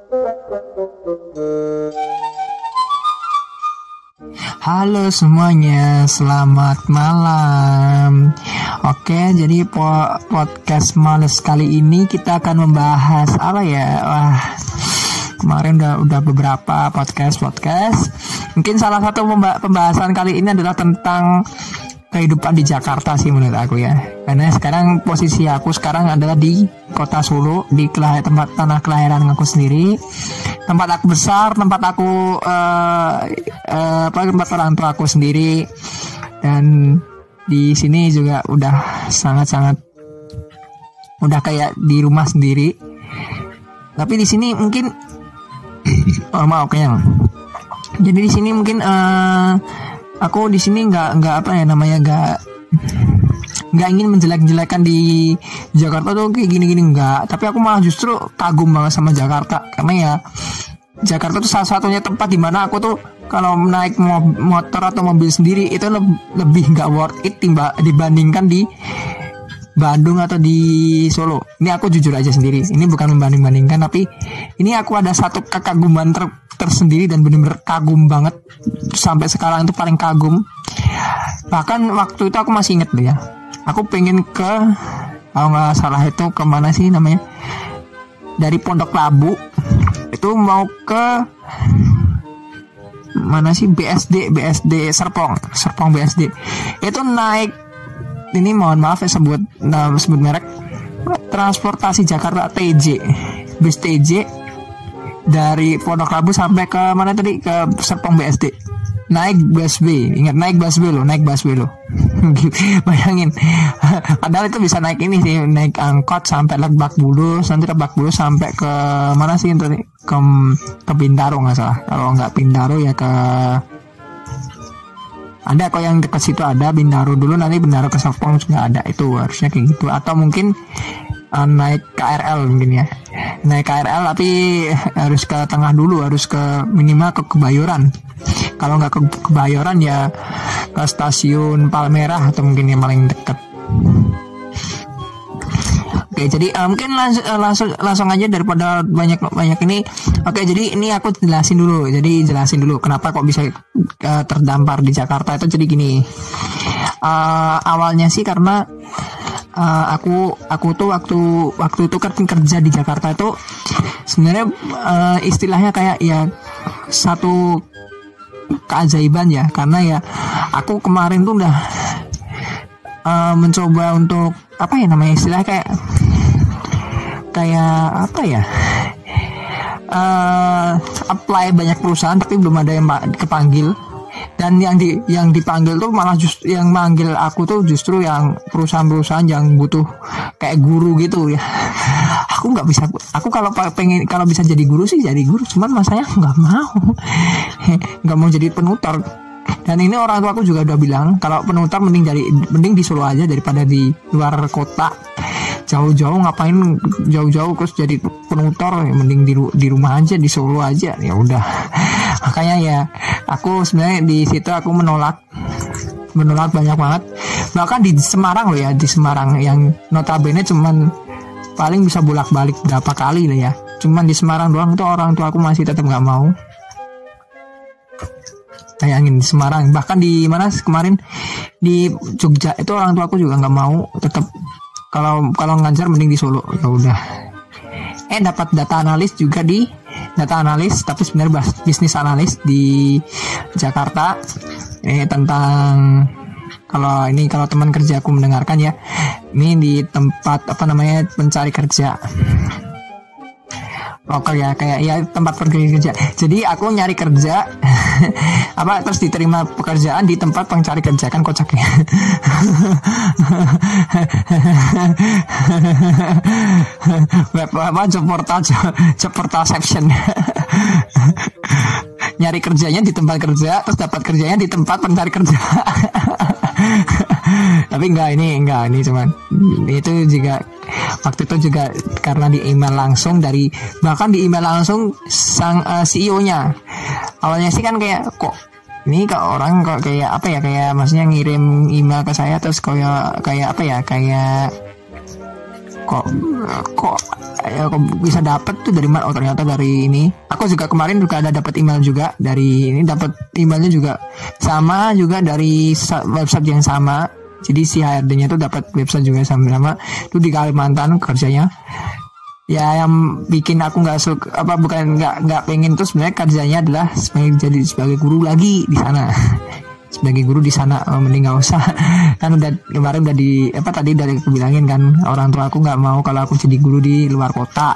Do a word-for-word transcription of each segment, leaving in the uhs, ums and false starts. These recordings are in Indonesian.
Halo semuanya, selamat malam. Oke, jadi po- podcast males kali ini kita akan membahas apa ya? Wah, kemarin udah udah beberapa podcast podcast. Mungkin salah satu pemba- pembahasan kali ini adalah tentang kehidupan di Jakarta sih menurut aku ya. Karena sekarang posisi aku sekarang adalah di kota Solo, di kelahir, tempat tanah kelahiran aku sendiri. Tempat aku besar, tempat aku uh, uh, apa tempat orang tua aku sendiri, dan di sini juga udah sangat-sangat udah kayak di rumah sendiri. Tapi di sini mungkin oh mau kenyang. Jadi di sini mungkin uh, aku di sini nggak nggak apa ya namanya nggak nggak ingin menjelek-jelekan di Jakarta tuh kayak gini-gini, nggak. Tapi aku malah justru kagum banget sama Jakarta, karena ya Jakarta tuh salah satunya tempat di mana aku tuh kalau naik motor atau mobil sendiri itu le- lebih nggak worth it timba, dibandingkan di Bandung atau di Solo. Ini aku jujur aja sendiri, ini bukan membanding-bandingkan, tapi ini aku ada satu kekaguman ter- tersendiri dan benar-benar kagum banget, sampai sekarang itu paling kagum. Bahkan waktu itu aku masih inget loh ya, aku pengen ke, kalau nggak salah itu kemana sih namanya, dari Pondok Labu itu mau ke mana sih, B S D B S D Serpong Serpong B S D itu naik, ini mohon maaf ya sebut nah, sebut merek, transportasi Jakarta T J, bis T J dari Pondok Labu sampai ke mana tadi, ke Serpong B S D. Naik busway, ingat naik busway lo, naik busway lo. Bayangin. Padahal itu bisa naik ini sih, naik angkot sampai Lebak Bulus, nanti Lebak Bulus sampai ke mana sih tadi? Ke ke Bintaro nggak salah. Kalau nggak Bintaro ya ke ada kok yang dekat situ, ada Bintaro dulu, nanti Bintaro ke Serpong juga ada, itu harusnya kayak gitu. Atau mungkin uh, naik K R L mungkin ya, naik K R L tapi harus ke tengah dulu, harus ke minimal ke Kebayoran. Kalau nggak ke Kebayoran ya ke stasiun Palmerah atau mungkin yang paling dekat. Oke, jadi uh, mungkin langsung, uh, langsung langsung aja daripada banyak banyak ini. Oke, jadi ini aku jelasin dulu. Jadi jelasin dulu kenapa kok bisa uh, terdampar di Jakarta itu. Jadi gini, uh, awalnya sih karena uh, aku aku tuh waktu waktu itu kan kerja di Jakarta itu sebenarnya uh, istilahnya kayak ya satu keajaiban ya, karena ya aku kemarin tuh udah uh, mencoba untuk apa ya namanya istilah kayak kayak apa ya uh, apply banyak perusahaan tapi belum ada yang kepanggil, dan yang di yang dipanggil tuh malah justru yang manggil aku tuh justru yang perusahaan-perusahaan yang butuh kayak guru gitu ya. Aku nggak bisa, aku kalau pengen kalau bisa jadi guru sih jadi guru, cuman masanya nggak mau, nggak mau jadi penutor. Dan ini orang tua aku juga udah bilang kalau penutor mending dari mending di Solo aja daripada di luar kota, jauh-jauh ngapain jauh-jauh terus jadi penutor, ya mending di di rumah aja, di Solo aja. Ya udah, makanya ya aku sebenarnya di situ aku menolak menolak banyak banget, bahkan di Semarang loh ya, di Semarang yang notabene cuman paling bisa bolak-balik berapa kali lah ya, cuman di Semarang doang itu orang tua aku masih tetap nggak mau. Bayangin di Semarang, bahkan di mana kemarin di Jogja itu orang tua aku juga nggak mau, tetap kalau kalau ngajar mending di Solo. Ya udah, eh dapat data analis juga di data analis, tapi sebenarnya bisnis analis di Jakarta, eh tentang kalau ini kalau teman kerja aku mendengarkan ya, ini di tempat apa namanya pencari kerja lokal ya, kayak ya tempat pergi kerja. Jadi aku nyari kerja apa terus diterima pekerjaan di tempat pencari kerja, kan kocaknya. Web apa job portal job portal section. Nyari kerjanya di tempat kerja, terus dapat kerjanya di tempat pencari kerja. Tapi enggak, ini enggak, ini cuman itu juga waktu itu juga karena di email langsung dari, bahkan di email langsung sang uh, C E O-nya. Awalnya sih kan kayak kok ini kok orang kok kayak apa ya, kayak maksudnya ngirim email ke saya terus kayak kayak apa ya, kayak kok kok ya, kok bisa dapat tuh dari mana? Oh ternyata dari ini. Aku juga kemarin juga ada dapat email juga dari ini, dapat emailnya juga sama juga dari website yang sama. Jadi si H R D-nya tuh dapat website juga sama-sama. Itu di Kalimantan kerjanya. Ya yang bikin aku nggak suka apa bukan nggak nggak pengen tuh sebenarnya kerjanya adalah sebagai jadi sebagai guru lagi di sana. Sebagai guru di sana, oh, mending nggak usah. Kan udah kemarin udah di apa tadi udah aku bilangin kan, orang tua aku nggak mau kalau aku jadi guru di luar kota.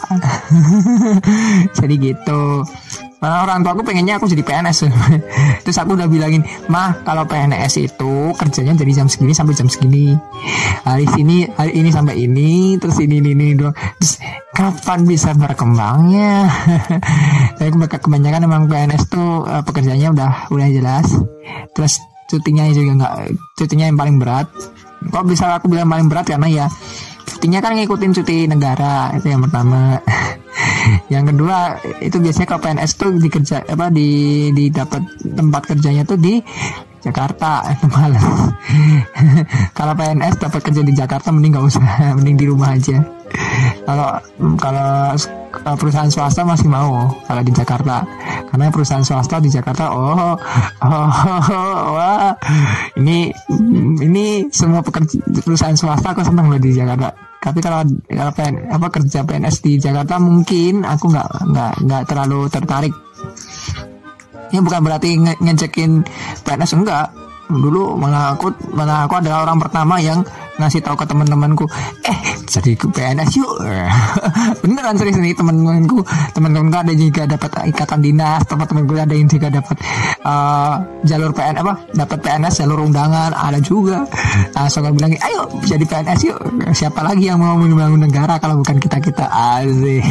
Jadi gitu. Malah orang tua aku pengennya aku jadi P N S. Terus aku udah bilangin, mah kalau P N S itu kerjanya dari jam segini sampai jam segini. Hari sini hari ini sampai ini, terus ini ini, ini doang. Terus kapan bisa berkembangnya? Tapi kebanyakan emang P N S tuh uh, pekerjaannya udah udah jelas. Terus cutinya juga nggak, cutinya yang paling berat. Kok bisa aku bilang paling berat karena ya cutinya kan ngikutin cuti negara, itu yang pertama. Yang kedua itu biasanya kalau P N S tuh dikerja apa di di dapat tempat kerjanya tuh di Jakarta, itu malas. Kalau P N S dapat kerja di Jakarta mending nggak usah, mending di rumah aja. Kalau kalau perusahaan swasta masih mau kalau di Jakarta, karena perusahaan swasta di Jakarta oh oh, oh wah ini ini semua pekerja perusahaan swasta aku senang loh di Jakarta. Tapi kalau kalau P N, apa kerja P N S di Jakarta mungkin aku nggak nggak nggak terlalu tertarik. Ini bukan berarti nge ngejekin P N S, enggak. Dulu malah aku malah aku adalah orang pertama yang ngasih tahu ke teman-temanku, eh jadi ke P N S yuk. Beneran serius nih teman-temanku, teman-temanku ada juga dapat ikatan dinas, teman-temanku ada yang juga dapat uh, jalur P N S apa, dapat P N S jalur undangan ada juga. Langsung aku bilang, ayo jadi P N S yuk. Siapa lagi yang mau membangun negara kalau bukan kita kita asik.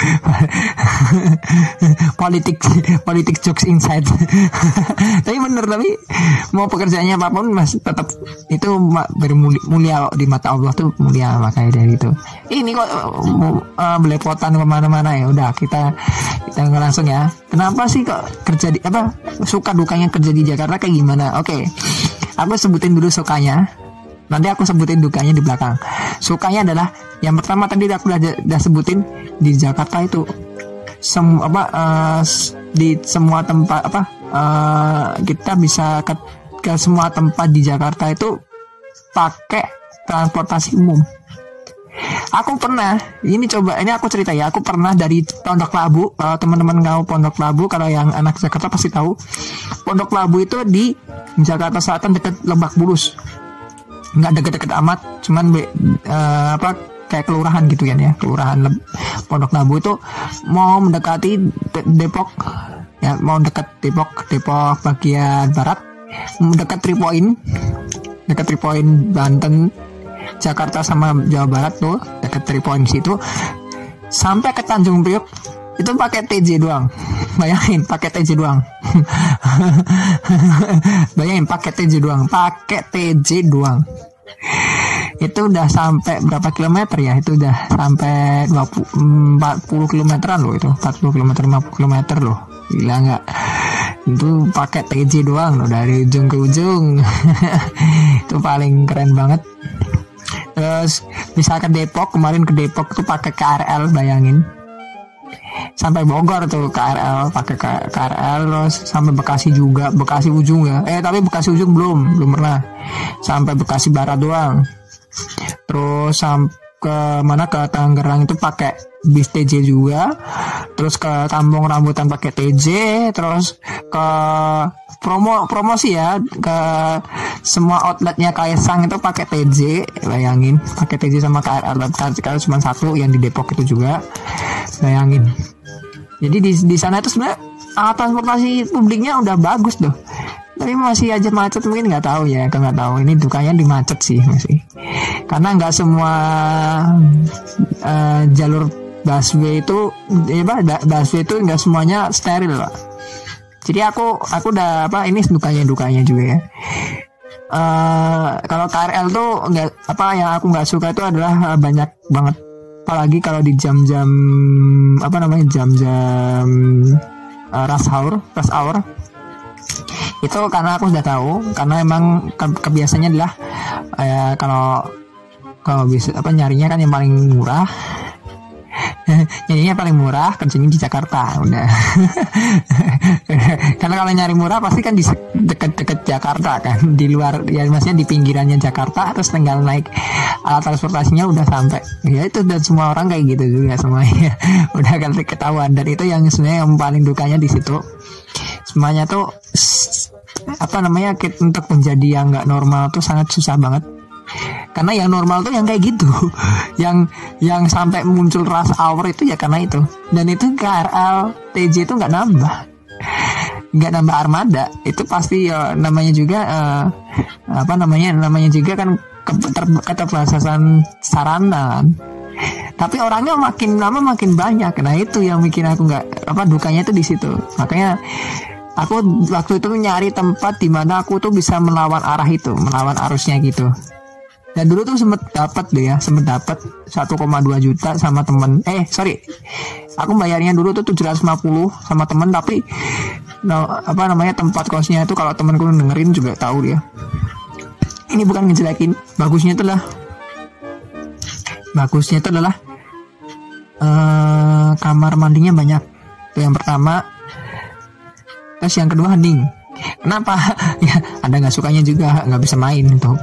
politik politik jokes inside. Tapi bener, tapi mau pekerjaannya apapun mas tetap itu bermulia di mata Allah tuh mulia, makanya dari itu. Ini kok uh, belepotan kemana-mana ya. Udah kita kita langsung ya. Kenapa sih kok kerja di apa suka dukanya kerja di Jakarta kayak gimana? Oke, okay. Aku sebutin dulu sukanya. Nanti aku sebutin dukanya di belakang. Sukanya adalah yang pertama tadi aku udah, udah sebutin di Jakarta itu sem apa uh, di semua tempat apa uh, kita bisa ke, ke semua tempat di Jakarta itu pakai transportasi umum. Aku pernah, ini coba, ini aku cerita ya, aku pernah dari Pondok Labu. Kalau teman-teman tahu Pondok Labu, kalau yang anak Jakarta pasti tahu. Pondok Labu itu di Jakarta Selatan dekat Lebak Bulus. Nggak deket-deket amat, cuman uh, apa kayak kelurahan gitu kan ya, kelurahan Leb- Pondok Labu itu mau mendekati De- Depok, ya mau dekat Depok, Depok bagian barat, dekat Three Point, dekat Three Point Banten. Jakarta sama Jawa Barat tuh dekat Three Point situ sampai ke Tanjung Priok itu pakai T J doang. Bayangin pakai T J doang. Bayangin pakai T J doang, pakai T J doang. Itu udah sampai berapa kilometer ya? Itu udah sampai dua puluh, empat puluh kilometeran loh itu. empat puluh kilometer, lima puluh kilometer loh. Gila enggak? Itu pakai T J doang loh dari ujung ke ujung. Itu paling keren banget. Terus bisa ke Depok, kemarin ke Depok tuh pakai K R L, bayangin. Sampai Bogor tuh K R L, pakai K R L, terus sampai Bekasi juga, Bekasi ujung ya. Eh tapi Bekasi ujung belum, belum pernah. Sampai Bekasi Barat doang. Terus sampai ke mana ke Tangerang itu pakai bis T J juga. Terus ke Kampung Rambutan pakai T J, terus ke promo promosi ya ke semua outletnya Kaisang itu pakai T J. Bayangin pakai T J sama K R L, kalau cuma satu yang di Depok itu juga. Bayangin. Jadi di di sana itu sebenarnya alat transportasi publiknya udah bagus loh. Tapi masih aja macet, mungkin nggak tahu ya, nggak tahu. Ini dukanya di macet sih masih. Karena nggak semua uh, jalur busway itu, ya pak, busway itu nggak semuanya steril pak. Jadi aku aku udah apa ini dukanya dukanya juga ya. Uh, kalau K R L tuh nggak apa yang aku nggak suka itu adalah uh, banyak banget. Apalagi kalau di jam-jam apa namanya jam-jam uh, rush hour, rush hour. Itu karena aku sudah tahu, karena emang ke- kebiasaannya adalah uh, kalau kalau bisa apa nyarinya kan yang paling murah. Nyarinya paling murah, kerjanya di Jakarta udah. Karena kalau nyari murah pasti kan di deket-deket Jakarta kan, di luar ya, maksudnya di pinggirannya Jakarta, terus tinggal naik alat transportasinya udah sampai. Ya itu, dan semua orang kayak gitu juga semuanya. Udah kan ketahuan, dan itu yang sebenarnya yang paling dukanya di situ. Semuanya tuh apa namanya, untuk menjadi yang nggak normal tuh sangat susah banget. Karena yang normal tuh yang kayak gitu, yang yang sampai muncul rush hour itu ya karena itu. Dan itu K R L T J itu nggak nambah, nggak nambah armada. Itu pasti ya, namanya juga uh, apa namanya namanya juga kan keterbatasan sarana kan. Tapi orangnya makin lama makin banyak. Nah itu yang bikin aku nggak apa dukanya itu di situ. Makanya aku waktu itu nyari tempat di mana aku tuh bisa melawan arah itu, melawan arusnya gitu. Dan dulu tuh sempet dapat deh ya, sempet dapat satu koma dua juta sama temen. Eh sorry, aku bayarnya dulu tuh tujuh ratus lima puluh sama temen. Tapi no, apa namanya tempat kosnya itu kalau temenku dengerin juga tahu dia. Ini bukan ngejelekin, bagusnya itu lah. Bagusnya itu adalah uh, kamar mandinya banyak. Itu yang pertama. Terus yang kedua hening. Kenapa? Ya ada nggak sukanya juga, nggak bisa main tuh.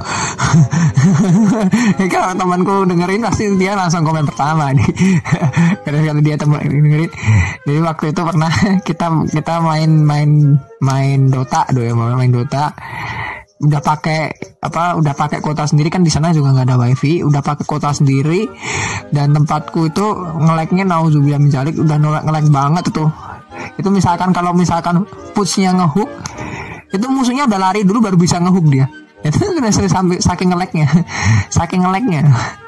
Kalau temanku dengerin pasti dia langsung komen pertama nih. Karena kalau dia teman dengerin, jadi waktu itu pernah kita kita main main main Dota, do ya main Dota. Udah pakai apa? Udah pakai kuota sendiri kan, di sana juga nggak ada wifi. Udah pakai kuota sendiri, dan tempatku itu ngeleknya nauzubillah min dzalik, udah ngelek banget tuh. Itu misalkan kalau misalkan pushnya ngehook, itu musuhnya udah lari dulu baru bisa ngehook dia. Itu udah sampai saking ngeleknya, saking ngeleknya.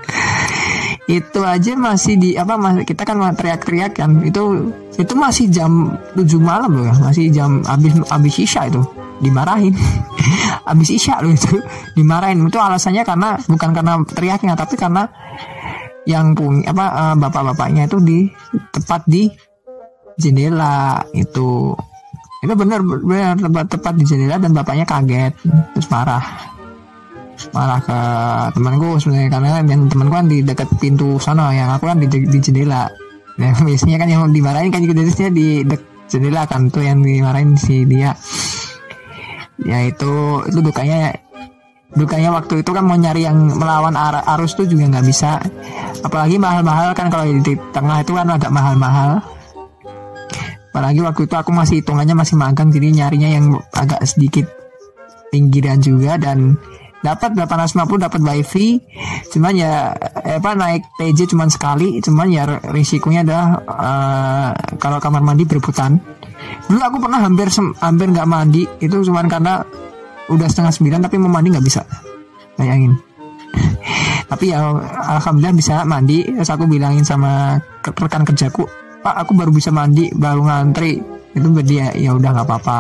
Itu aja masih di apa masih kita kan teriak-teriak kan. Itu itu masih jam tujuh malam loh ya, masih jam abis abis isya itu dimarahin. Abis isya loh itu dimarahin. Itu alasannya karena bukan karena teriaknya, tapi karena yang punya apa uh, bapak-bapaknya itu di tepat di jendela itu. Itu benar benar tepat tepat di jendela, dan bapaknya kaget terus marah. Marah ke temanku sebenarnya, karena yang temanku kan di dekat pintu sana, yang aku kan di, di jendela. Nah, biasanya kan yang dimarahin kan juga di dekat jendela kan, tuh yang dimarahin si dia. Ya itu itu dukanya dukanya waktu itu kan mau nyari yang melawan ar- arus tuh juga nggak bisa. Apalagi mahal-mahal kan, kalau di tengah itu kan agak mahal-mahal. Apalagi waktu itu aku masih hitungannya masih magang, jadi nyarinya yang agak sedikit pinggiran juga, dan dapat delapan ratus lima puluh dapat wifi. Cuman ya apa naik T J cuman sekali, cuman ya risikonya adalah uh, kalau kamar mandi berebutan. Dulu aku pernah hampir hampir nggak mandi, itu cuman karena udah setengah sembilan tapi mau mandi nggak bisa, bayangin. Tapi ya alhamdulillah bisa mandi. Terus aku bilangin sama rekan kerjaku, Pak aku baru bisa mandi, baru ngantri. Itu dia ya udah nggak apa-apa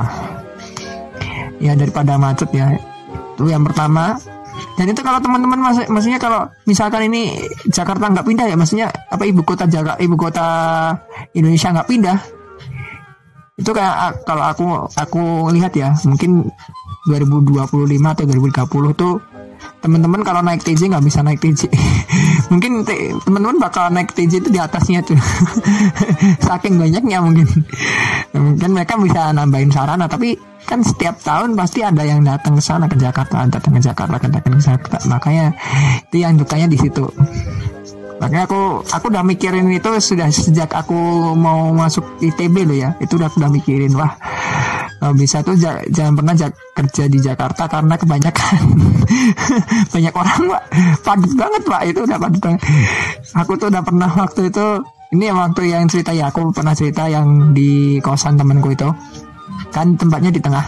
ya, daripada macet ya. Itu yang pertama. Dan itu kalau teman-teman mas- maksudnya kalau misalkan ini Jakarta nggak pindah ya, maksudnya apa ibu kota Jakarta, ibu kota Indonesia nggak pindah, itu kayak kalau aku aku lihat ya, mungkin dua ribu dua puluh lima atau dua ribu tiga puluh tuh teman-teman kalau naik T J nggak bisa naik T J. Mungkin te- teman-teman bakal naik T J itu di atasnya tuh. Saking banyaknya mungkin. Mungkin mereka bisa nambahin sarana, tapi kan setiap tahun pasti ada yang datang ke sana, ke Jakarta, datang ke Jakarta, datang ke Jakarta. Makanya itu yang dukanya di situ. Makanya aku aku udah mikirin itu sudah sejak aku mau masuk I T B loh ya. Itu udah udah mikirin, wah kalau bisa tuh j- jangan pernah j- kerja di Jakarta karena kebanyakan banyak orang pak, padat banget pak, itu udah padat banget. Aku tuh udah pernah waktu itu, ini waktu yang cerita ya, aku pernah cerita yang di kosan temanku itu, kan tempatnya di tengah.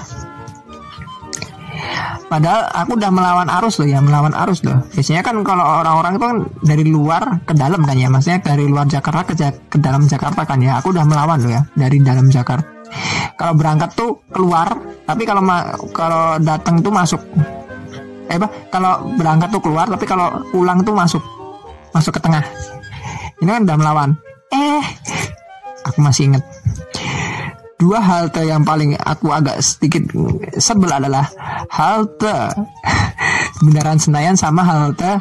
Padahal aku udah melawan arus loh ya, melawan arus loh. Biasanya kan kalau orang-orang itu kan dari luar ke dalam kan ya, maksudnya dari luar Jakarta ke, ja- ke dalam Jakarta kan ya. Aku udah melawan loh ya, dari dalam Jakarta. Kalau berangkat tuh keluar, tapi kalau ma- kalau datang tuh masuk. Eh bah, kalau berangkat tuh keluar, tapi kalau pulang tuh masuk, masuk ke tengah. Ini kan udah melawan. Eh, aku masih inget. Dua halte yang paling aku agak sedikit sebel adalah halte Bundaran Senayan sama halte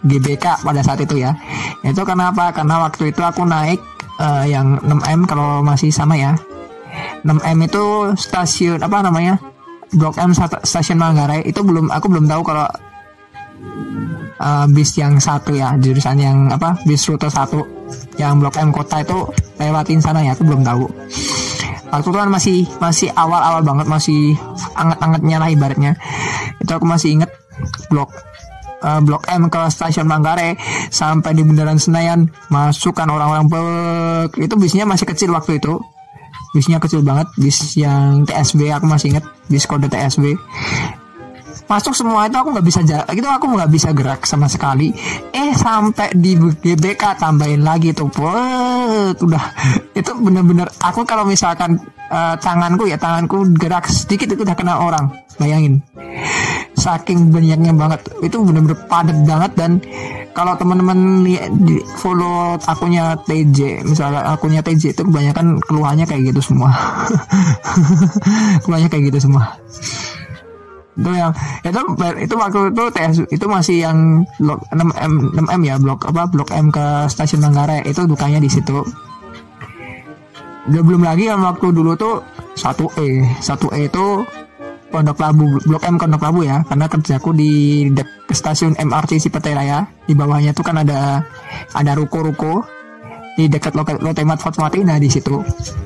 G B K pada saat itu ya. Itu kenapa? Karena waktu itu aku naik uh, yang enam M kalau masih sama ya. enam M itu stasiun apa namanya? Blok M stasiun Manggarai. Itu belum aku belum tahu kalau uh, bis yang satu ya, jurusan yang apa? Bis rute satu yang Blok M kota itu lewatin sana ya, aku belum tahu. Waktu itu kan masih masih awal-awal banget, masih anget-angetnya lah ibaratnya. Itu aku masih inget blok uh, blok M ke stasiun Manggarai sampai di Bundaran Senayan, masuk kan orang-orang bek. Itu bisnya masih kecil waktu itu. Bisnya kecil banget, bis yang T S B aku masih inget, bis kode T S B. Masuk semua itu aku nggak bisa jarak, itu aku nggak bisa gerak sama sekali. Eh sampai di G B K tambahin lagi tuh, wah, udah itu bener-bener aku kalau misalkan uh, tanganku ya tanganku gerak sedikit itu udah kena orang, bayangin. Saking banyaknya banget, itu bener-bener padat banget. Dan kalau teman-teman di follow akunnya T J, misalnya akunnya T J itu kebanyakan keluhannya kayak gitu semua. Keluhannya kayak gitu semua. Itu yang itu itu waktu itu T S itu masih yang blok enam M enam M ya, blok apa blok M ke stasiun Manggarai, itu dukanya di situ. Udah belum lagi yang waktu dulu tuh satu E satu E itu Pondok Labu, blok M Pondok Labu ya, karena kerjaku di dek stasiun M R T Cipete Raya. Di bawahnya tuh kan ada ada ruko-ruko di dekat Lotte Mart Fatmawati. Nah di situ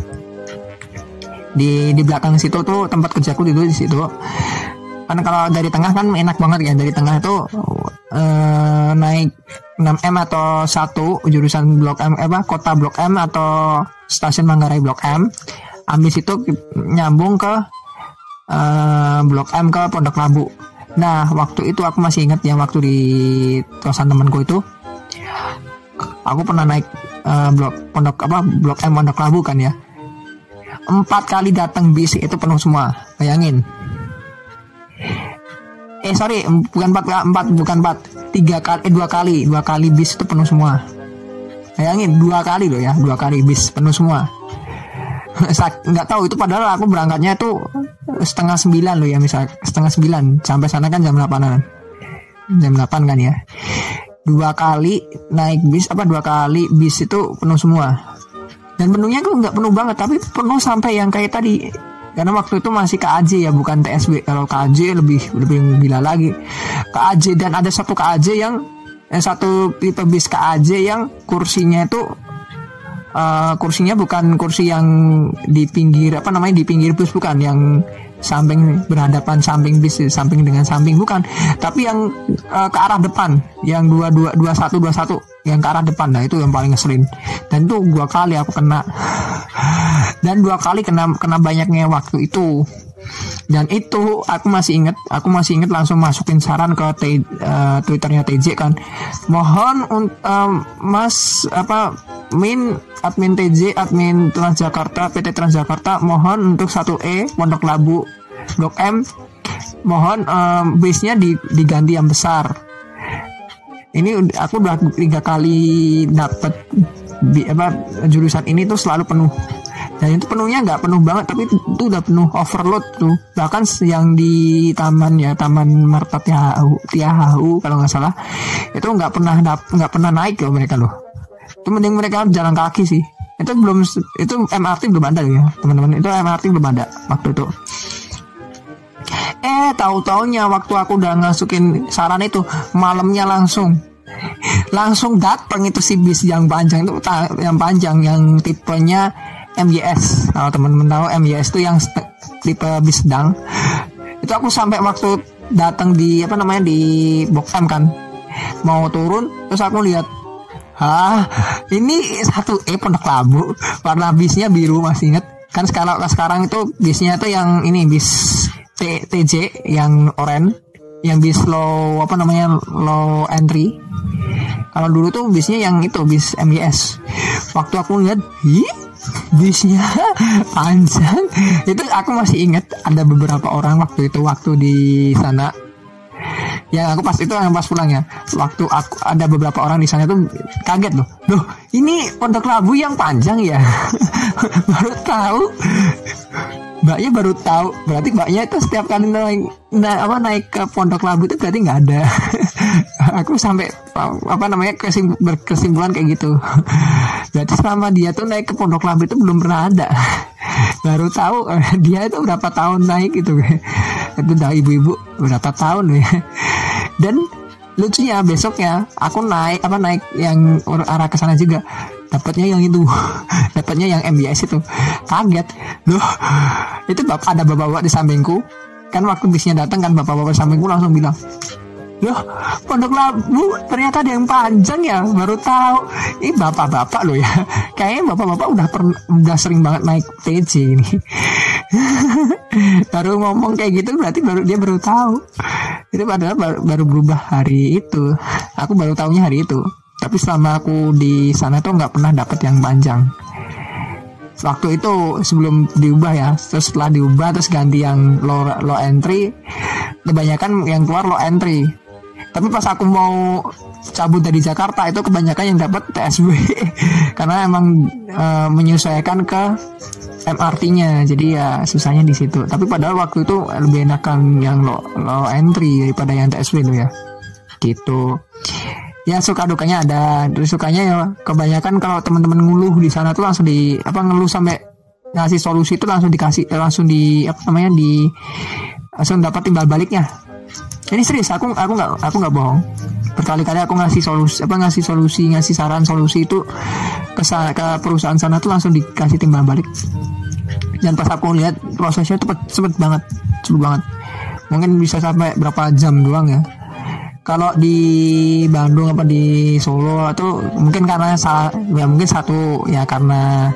di di belakang situ tuh tempat kerjaku dulu di situ. Kan kalau dari tengah kan enak banget ya, dari tengah itu eh, naik enam M atau satu jurusan blok M apa kota blok M atau stasiun Manggarai blok M. Habis itu nyambung ke eh, blok M ke Pondok Labu. Nah, waktu itu aku masih ingat yang waktu di kosan temanku itu aku pernah naik eh, blok Pondok apa blok M Pondok Labu kan ya. Empat kali datang bis itu penuh semua. Bayangin. Eh sorry bukan empat empat bukan empat tiga kali eh, dua kali dua kali bis itu penuh semua. Bayangin dua kali loh ya, dua kali bis penuh semua. Nggak tahu itu, padahal aku berangkatnya itu setengah sembilan loh ya, misal setengah sembilan sampai sana kan jam delapanan jam delapan kan ya. Dua kali naik bis apa dua kali bis itu penuh semua. Dan penuhnya tuh nggak penuh banget, tapi penuh sampai yang kayak tadi. Karena waktu itu masih K A J ya, bukan T S B. Kalau K A J lebih lebih gila lagi. K A J, dan ada satu K A J yang eh, satu tipe bis K A J yang kursinya itu uh, kursinya bukan kursi yang di pinggir apa namanya di pinggir bus, bukan yang samping berhadapan samping bis samping dengan samping, bukan, tapi yang uh, ke arah depan, yang dua dua dua satu dua satu yang ke arah depan. Nah itu yang paling ngeselin, dan itu dua kali aku kena. Dan dua kali kena kena banyaknya waktu itu. Dan itu aku masih inget, aku masih inget langsung masukin saran ke t, uh, Twitternya T J kan. Mohon um, Mas apa min admin T J, admin Transjakarta, P T Transjakarta, mohon untuk satu E Pondok Labu Blok M, mohon um, base-nya diganti yang besar. Ini aku udah tiga kali dapet di, apa jurusan ini tuh selalu penuh. Dan itu penuhnya nggak penuh banget, tapi itu, itu udah penuh overload tuh. Bahkan yang di taman ya, Taman Marta Tiahahu, Tiahahu kalau nggak salah, itu nggak pernah nggak pernah naik loh mereka loh. Itu mending mereka jalan kaki sih. Itu belum, itu M R T belum ada ya teman-teman. Itu M R T belum ada waktu itu. Eh tahu-taunya waktu aku udah ngasukin saran itu, malamnya langsung langsung datang itu si bis yang panjang itu, yang panjang yang tipenya M Y S. Kalau teman-teman tahu M Y S itu yang tipe bis sedang. Itu aku sampai waktu datang di apa namanya di Blok M kan, mau turun, terus aku lihat, hah, ini satu E Pondok Labu, warna bisnya biru, masih inget kan. Sekarang sekarang itu bisnya itu yang ini bis T, TJ yang oranye, yang bis low apa namanya low entry. Kalau dulu tuh bisnya yang itu bis M Y S. Waktu aku lihat, ih, bisnya panjang. Itu aku masih ingat ada beberapa orang waktu itu waktu di sana. Ya aku pas itu yang pas pulang ya. Waktu aku ada beberapa orang di sana tuh kaget loh. Loh, ini Pondok Labu yang panjang ya. Baru tahu. Mbaknya baru tahu, berarti mbaknya itu setiap kali naik, na, apa naik ke Pondok Labu itu berarti nggak ada. Aku sampai apa namanya kesim, berkesimpulan kayak gitu. Berarti selama dia tuh naik ke Pondok Labu itu belum pernah ada. Baru tahu dia itu berapa tahun naik gitu. Itu udah ibu-ibu berapa tahun ya. Dan lucunya besoknya aku naik apa naik yang arah ke sana juga, dapatnya yang itu, dapatnya yang M B S itu. Kaget loh, itu bapak ada bapak-bapak di sampingku kan, waktu bisnya datang kan bapak-bapak di sampingku langsung bilang, loh Pondok Labu ternyata ada yang panjang ya, baru tahu. Ini bapak-bapak loh ya, kayaknya bapak-bapak udah pernah udah sering banget naik T J ini. Baru ngomong kayak gitu berarti baru dia baru tahu. Itu padahal baru, baru berubah hari itu. Aku baru tahunya hari itu. Tapi selama aku di sana tuh nggak pernah dapet yang panjang. Waktu itu sebelum diubah ya, terus setelah diubah terus ganti yang low, low entry, kebanyakan yang keluar low entry. Tapi pas aku mau cabut dari Jakarta itu kebanyakan yang dapat T S W karena emang e, menyesuaikan ke M R T-nya, jadi ya susahnya di situ. Tapi padahal waktu itu lebih enakan yang low, low entry daripada yang T S W itu ya, gitu. Ya suka dukanya ada. Terus sukanya ya kebanyakan kalau teman-teman ngeluh di sana tuh langsung di apa ngeluh sampai ngasih solusi itu langsung dikasih langsung di apa namanya di langsung dapat timbal baliknya. Ini serius, aku aku nggak aku nggak bohong. Berkali-kali aku ngasih solusi apa ngasih solusi ngasih saran solusi itu ke, ke perusahaan sana tuh langsung dikasih timbal balik. Dan pas aku lihat prosesnya tuh cepet, cepet banget, cepet banget. Mungkin bisa sampai berapa jam doang ya. Kalau di Bandung apa di Solo atau mungkin karena salah, ya mungkin satu ya karena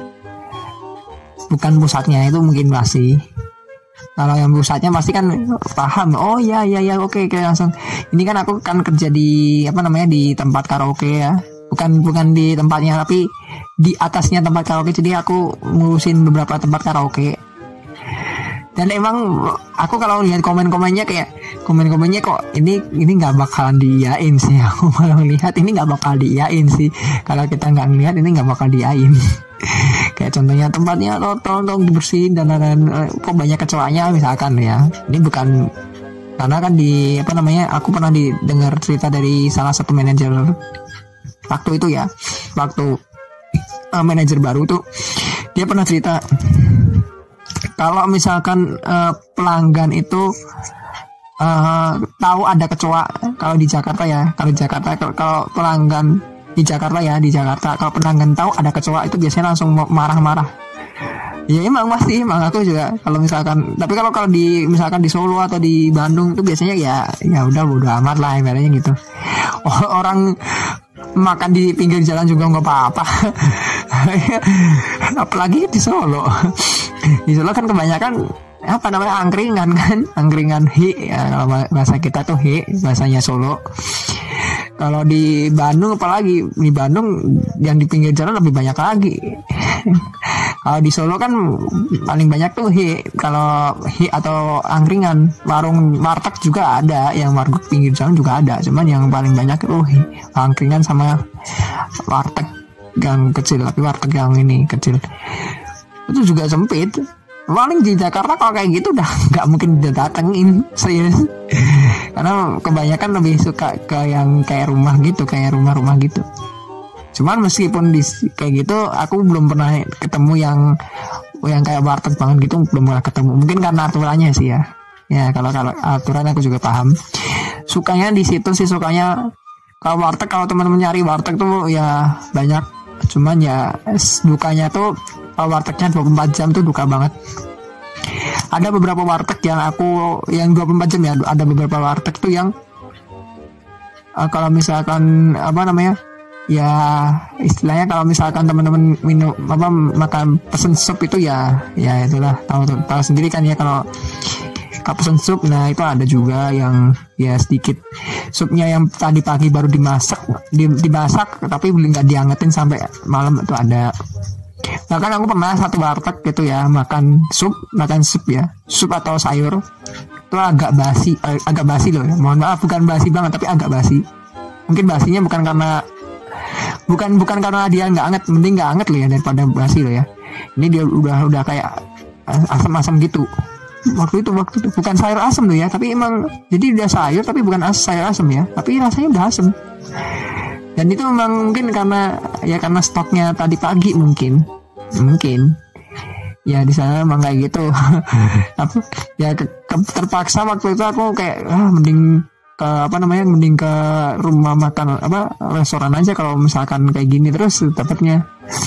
bukan pusatnya itu mungkin masih. Kalau yang pusatnya pasti kan paham. Oh ya ya ya oke oke langsung. Ini kan aku kan kerja di apa namanya di tempat karaoke ya. Bukan bukan di tempatnya tapi di atasnya tempat karaoke. Jadi aku ngurusin beberapa tempat karaoke. Dan emang aku kalau lihat komen-komennya kayak komen-komennya kok ini ini nggak bakalan diiyain sih. Aku malah lihat ini nggak bakal diiyain sih. Kalau kita nggak ngelihat ini nggak bakal diiyain. Kayak contohnya tempatnya lo tolong dibersihin dan lain-lain. Kok banyak kecoanya misalkan ya. Ini bukan karena kan di apa namanya aku pernah didengar cerita dari salah satu manajer waktu itu ya. Waktu uh, manajer baru tuh dia pernah cerita. Kalau misalkan uh, pelanggan itu uh, tahu ada kecoa, kalau di Jakarta ya, kalau di Jakarta kalau pelanggan di Jakarta ya di Jakarta kalau pelanggan tahu ada kecoa itu biasanya langsung marah-marah. Ya emang pasti, emang aku juga kalau misalkan, tapi kalau kalau di misalkan di Solo atau di Bandung itu biasanya ya ya udah bodo amat lah ibaratnya gitu. Orang makan di pinggir jalan juga nggak apa-apa. Apalagi di Solo. Di Solo kan kebanyakan apa namanya angkringan kan, angkringan hi ya, kalau bahasa kita tuh hi, bahasanya Solo. Kalau di Bandung apalagi di Bandung yang di pinggir jalan lebih banyak lagi. Kalau di Solo kan paling banyak tuh hi, kalau hi atau angkringan, warung warteg juga ada, yang warteg pinggir jalan juga ada, cuman yang paling banyak itu hi, angkringan sama warteg yang kecil, tapi warteg yang ini kecil. Itu juga sempit. Paling di Jakarta kalau kayak gitu udah nggak mungkin didatengin serius. Karena kebanyakan lebih suka ke yang kayak rumah gitu, kayak rumah-rumah gitu. Cuman meskipun di kayak gitu, aku belum pernah ketemu yang yang kayak warteg banget gitu, belum pernah ketemu. Mungkin karena aturannya sih ya. Ya kalau kalau aturan aku juga paham. Sukanya di situ sih sukanya kalau warteg, kalau teman-teman nyari warteg tuh ya banyak. Cuman ya dukanya tuh kalau wartegnya dua puluh empat jam tuh duka banget. Ada beberapa warteg yang aku yang dua puluh empat jam ya, ada beberapa warteg tuh yang uh, kalau misalkan apa namanya? Ya istilahnya kalau misalkan teman-teman minum apa makan pesen sup itu ya ya itulah tahu tahu sendiri kan ya kalau kalau pesen sup. Nah itu ada juga yang ya sedikit supnya yang tadi pagi baru dimasak dimasak tapi nggak diangetin sampai malam itu ada. Bahkan aku pernah satu warteg gitu ya makan sup makan sup ya sup atau sayur itu agak basi eh, agak basi loh ya, mohon maaf bukan basi banget tapi agak basi. Mungkin basinya bukan karena bukan bukan karena dia nggak anget, mending nggak anget loh ya daripada basi loh ya. Ini dia udah udah kayak asam-asam gitu. Waktu itu waktu itu bukan sayur asam tuh ya, tapi emang jadi udah sayur tapi bukan as sayur asam ya, tapi rasanya udah asam. Dan itu memang mungkin karena ya karena stoknya tadi pagi mungkin mungkin ya di sana emang kayak gitu. Tapi ya ke, ke, terpaksa waktu itu aku kayak ah, mending ke apa namanya mending ke rumah makan apa restoran aja kalau misalkan kayak gini terus dapatnya.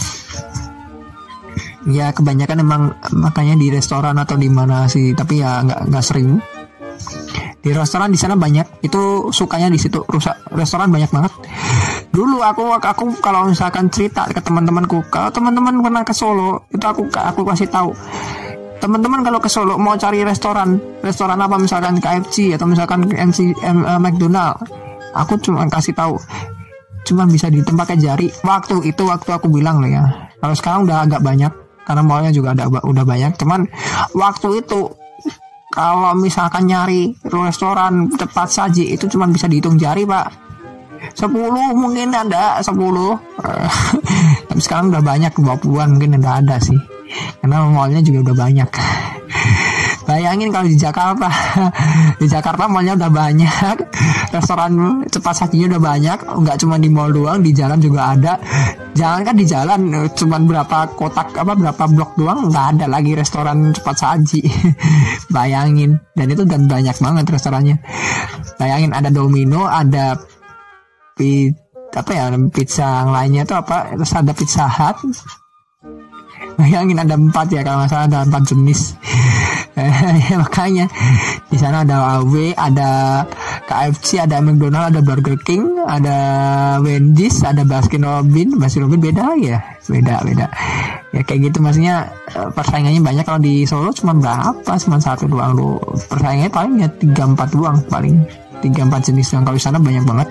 Ya kebanyakan emang makanya di restoran atau di mana sih, tapi ya nggak nggak sering. Di restoran di sana banyak, itu sukanya di situ rusak restoran banyak banget. Dulu aku aku kalau misalkan cerita ke teman-temanku, kalau teman-teman pernah ke Solo, itu aku aku kasih tahu. Teman-teman kalau ke Solo mau cari restoran, restoran apa misalkan K F C atau misalkan M C, M, uh, McDonald, aku cuma kasih tahu, cuma bisa di tempat jari. Waktu itu waktu aku bilang loh ya. Kalau sekarang udah agak banyak. Karena mallnya juga ada udah banyak, cuman waktu itu kalau misalkan nyari restoran cepat saji itu cuma bisa dihitung jari pak, sepuluh mungkin ada sepuluh. Tapi sekarang udah banyak, dua puluhan mungkin udah ada sih, karena mallnya juga udah banyak. Bayangin kalau di Jakarta, di Jakarta mallnya udah banyak, restoran cepat sajinya udah banyak, nggak cuma di mall doang, di jalan juga ada. Jangan kan di jalan, cuma berapa kotak apa berapa blok doang, nggak ada lagi restoran cepat saji. Bayangin, dan itu dan banyak banget restorannya. Bayangin ada Domino, ada pi, apa ya pizza yang lainnya itu apa, terus ada Pizza Hut. Bayangin ada empat ya kalau nggak salah, ada empat jenis. Ya, makanya di sana ada A W, ada K F C, ada McDonald, ada Burger King, ada Wendy's, ada Baskin Robbins. Baskin Robbins beda ya, beda beda. Ya kayak gitu, maksudnya persaingannya banyak. Kalau di Solo cuma berapa, cuma satu doang lo. Persaingannya paling ya tiga empat doang, paling tiga empat jenis. Yang kalau di sana banyak banget.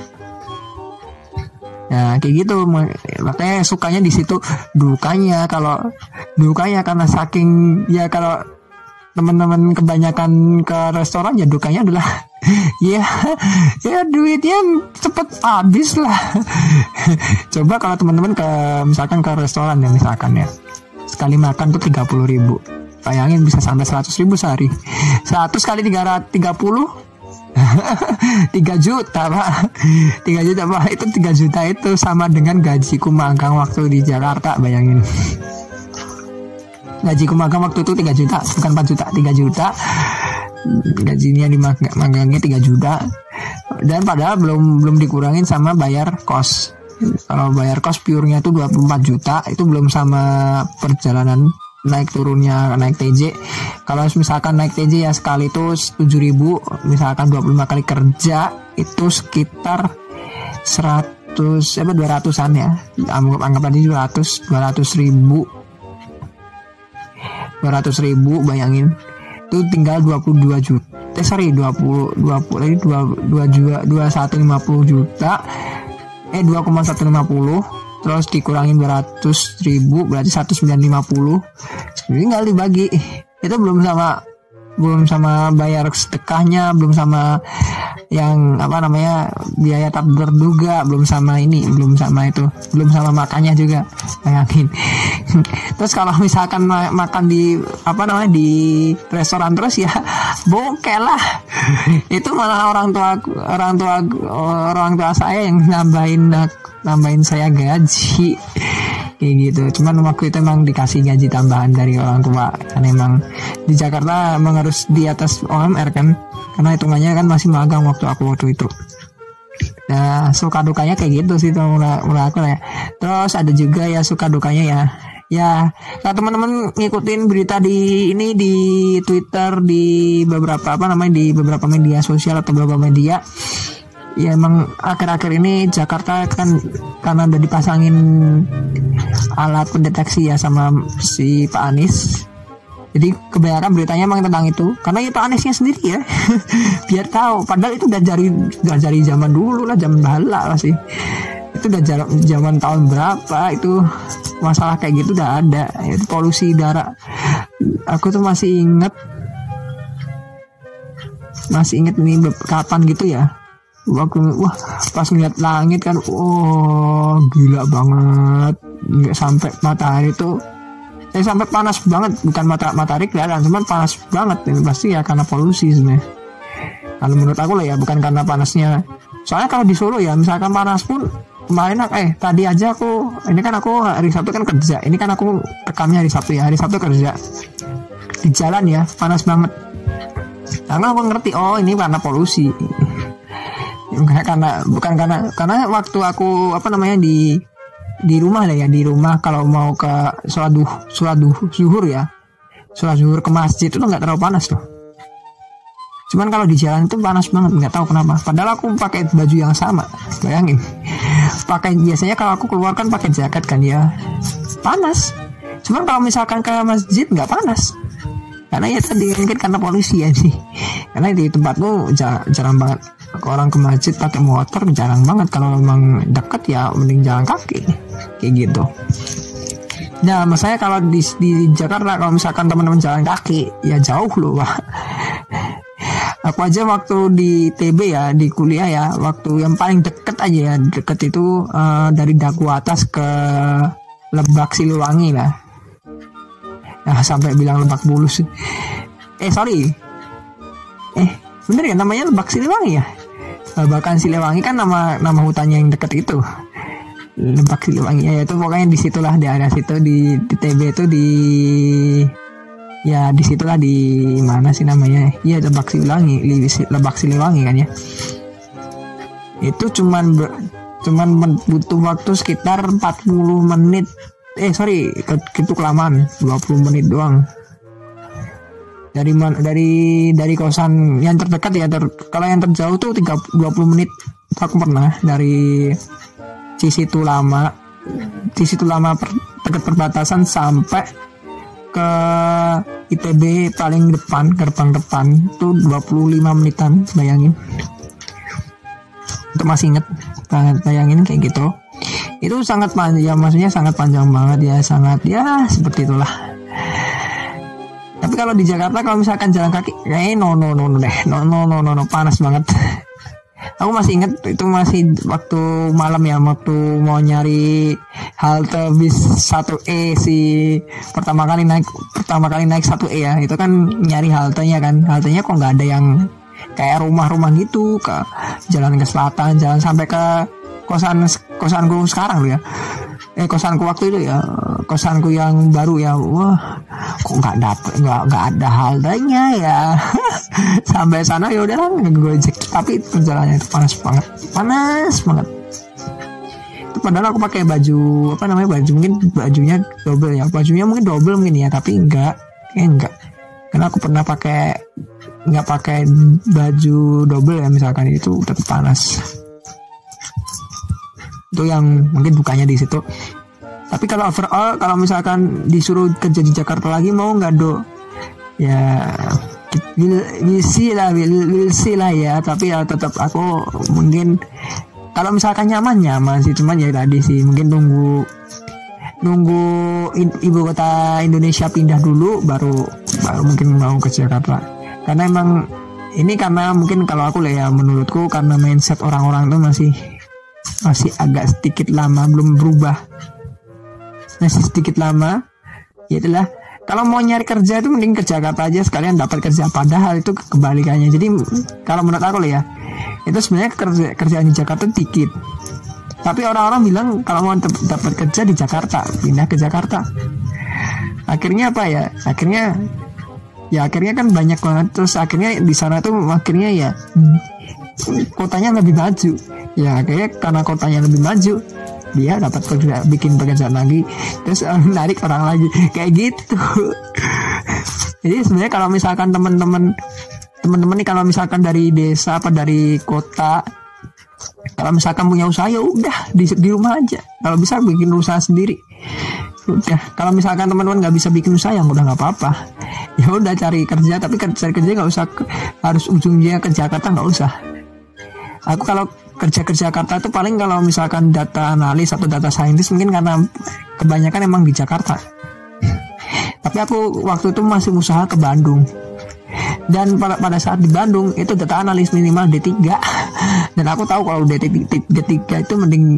Nah kayak gitu, makanya sukanya di situ. Dukanya kalau dukanya karena saking ya kalau teman-teman kebanyakan ke restoran ya dukanya adalah ya ya duitnya cepet habis lah. Coba kalau teman-teman ke misalkan ke restoran ya misalkan ya sekali makan tuh tiga puluh ribu, bayangin bisa sampai seratus ribu sehari. Seratus kali tiga puluh tiga juta pak, tiga juta pak, itu tiga juta itu sama dengan gajiku magang waktu di Jakarta. Bayangin, gajiku magang waktu itu tiga juta, bukan empat juta, tiga juta. Gajinya di magangnya tiga juta, dan padahal belum belum dikurangin sama bayar kos. Kalau bayar kos pure-nya tuh dua puluh empat juta, itu belum sama perjalanan naik turunnya naik T J. Kalau misalkan naik T J ya sekali itu tujuh ribu, misalkan dua puluh lima kali kerja itu sekitar seratus apa dua ratusan ya, anggap anggap aja dua ratus dua ratus ribu dua ratus ribu. Bayangin itu tinggal dua puluh dua juta, eh sorry dua puluh dua puluh lagi dua dua juta dua satu lima puluh juta, eh dua koma satu lima puluh, terus dikurangin dua ratus ribu berarti satu sembilan lima puluh. Tinggal dibagi, itu belum sama belum sama bayar sedekahnya, belum sama yang apa namanya biaya tak terduga, belum sama ini, belum sama itu, belum sama makannya juga. Bayangin. Terus kalau misalkan makan di apa namanya di restoran terus ya bokeh lah. Itu malah orang tua orang tua orang tua saya yang nambahin nambahin saya gaji kayak gitu. Cuman waktu itu emang dikasih gaji tambahan dari orang tua, karena emang di Jakarta emang harus di atas U M R kan, karena hitungannya kan masih magang waktu aku waktu itu. Nah suka dukanya kayak gitu sih mulai mulai aku ya. Terus ada juga ya suka dukanya ya. Ya, kalau teman-teman ngikutin berita di ini di Twitter, di beberapa apa namanya di beberapa media sosial atau beberapa media, ya emang akhir-akhir ini Jakarta kan karena udah dipasangin alat pendeteksi ya sama si Pak Anies. Jadi kebanyakan beritanya emang tentang itu, karena ya Pak Aniesnya sendiri ya biar tahu. Padahal itu udah dari udah dari zaman dulu lah, zaman bala lah sih. Itu udah zaman tahun berapa itu masalah kayak gitu udah ada. Itu polusi udara. Aku tuh masih inget masih inget nih kapan gitu ya. Waktu wah pas ngeliat langit kan, oh gila banget, nggak sampai matahari tuh Ya sampai panas banget, bukan mata matahari kelihatan, cuman panas banget. Ini pasti ya karena polusi sebenarnya. Kalau menurut aku lah ya, bukan karena panasnya. Soalnya kalau di Solo ya, misalkan panas pun kemarin eh tadi aja aku, ini kan aku hari Sabtu kan kerja. Ini kan aku rekamnya hari Sabtu ya, hari Sabtu kerja. Di jalan ya, panas banget. Karena aku ngerti, oh ini karena polusi. Bukan karena bukan karena karena waktu aku apa namanya di di rumah lah ya, di rumah kalau mau ke sholat duh, sholat duh, zuhur ya, sholat zuhur ke masjid itu nggak terlalu panas tuh. Cuman kalau di jalan itu panas banget, nggak tahu kenapa. Padahal aku pakai baju yang sama, bayangin. Pakai biasanya kalau aku keluar kan pakai jaket kan ya, panas. Cuman kalau misalkan ke masjid nggak panas. Karena ya tadi mungkin karena polusi ya sih. Karena di tempatmu jarang, jarang banget orang ke masjid pakai motor, jarang banget. Kalau memang deket ya mending jalan kaki kayak gitu. Nah, maksudnya kalau di, di Jakarta kalau misalkan teman-teman jalan kaki ya jauh loh, wah. Aku aja waktu di T B ya, di kuliah ya, waktu yang paling deket aja ya, deket itu uh, dari Daku Atas ke Lebak Siliwangi lah. Nah, sampai bilang Lebak Bulus. Eh sorry, eh bener ya namanya Lebak Siliwangi ya. Bahkan Siliwangi kan nama nama hutannya yang deket itu. Lebak Siliwangi ya, itu pokoknya disitulah di area situ di, di T B itu di ya disitulah di mana sih namanya? Iya Lebak Siliwangi, Lebak Siliwangi kan ya. Itu cuman ber, cuman butuh waktu sekitar empat puluh menit. Eh sorry, itu kelamaan, dua puluh menit doang. Dari dari dari kosan yang terdekat ya, ter, kalau yang terjauh tuh tiga puluh dua puluh menit. Aku pernah dari Cissitu Lama, Cissitu Lama per, dekat perbatasan sampai ke I T B paling depan, gerbang depan tuh dua puluh lima menitan, bayangin. Itu masih inget banget, bayangin kayak gitu. Itu sangat panjang, ya maksudnya sangat panjang banget ya, sangat ya seperti itulah. Tapi kalau di Jakarta kalau misalkan jalan kaki, eh no no no no deh, no no no no, no panas banget. Aku masih inget itu masih waktu malam ya, waktu mau nyari halte bis satu E si pertama kali naik pertama kali naik satu E ya, itu kan nyari haltenya kan, haltenya kok nggak ada yang kayak rumah-rumah gitu, ke jalan ke selatan, jalan sampai ke kosan kosanku sekarang loh ya, eh kosanku waktu itu ya, kosanku yang baru ya, wah kok nggak dapet nggak nggak ada haltenya ya. Sampai sana ya udah ngegojek, tapi perjalanannya itu panas banget, panas banget. Itu padahal aku pakai baju apa namanya baju mungkin bajunya double ya, bajunya mungkin double mungkin ya, tapi enggak, eh enggak, karena aku pernah pakai nggak pakai baju double ya misalkan, itu tetap panas. Itu yang mungkin dukanya di situ. Tapi kalau overall, kalau misalkan disuruh kerja di Jakarta lagi mau nggak do? Ya, we'll, we'll see lah, we'll, we'll see lah ya. Tapi ya tetap aku mungkin kalau misalkan nyaman nyaman sih, cuman ya tadi sih mungkin nunggu nunggu ibu kota Indonesia pindah dulu, baru baru mungkin mau ke Jakarta. Karena emang ini karena mungkin kalau aku lah ya, menurutku karena mindset orang-orang itu masih masih agak sedikit lama, belum berubah, masih sedikit lama. Ya itulah, kalau mau nyari kerja itu mending ke Jakarta aja sekalian dapat kerja, padahal itu kebalikannya. Jadi kalau menurut aku lah ya, itu sebenarnya kerja, kerjaan di Jakarta dikit, tapi orang-orang bilang kalau mau dapat kerja di Jakarta pindah ke Jakarta. Akhirnya apa ya, akhirnya ya akhirnya kan banyak banget, terus akhirnya di sana tuh akhirnya ya kotanya lebih maju ya, akhirnya karena kotanya lebih maju dia dapat kerja, bikin pekerjaan lagi, terus menarik orang lagi kayak gitu. Jadi sebenarnya kalau misalkan teman-teman teman-teman nih kalau misalkan dari desa apa dari kota, kalau misalkan punya usaha ya udah di, di rumah aja, kalau bisa bikin usaha sendiri udah. Kalau misalkan teman-teman nggak bisa bikin usaha yang udah nggak apa-apa, ya udah cari kerja, tapi cari kerja nggak usah ke, harus ujungnya ke Jakarta, nggak usah. Aku kalau kerja ke Jakarta itu paling kalau misalkan data analis atau data scientist, mungkin karena kebanyakan emang di Jakarta. Tapi aku waktu itu masih usaha ke Bandung, dan pada, pada saat di Bandung itu data analis minimal D tiga. Dan aku tahu kalau D tiga itu mending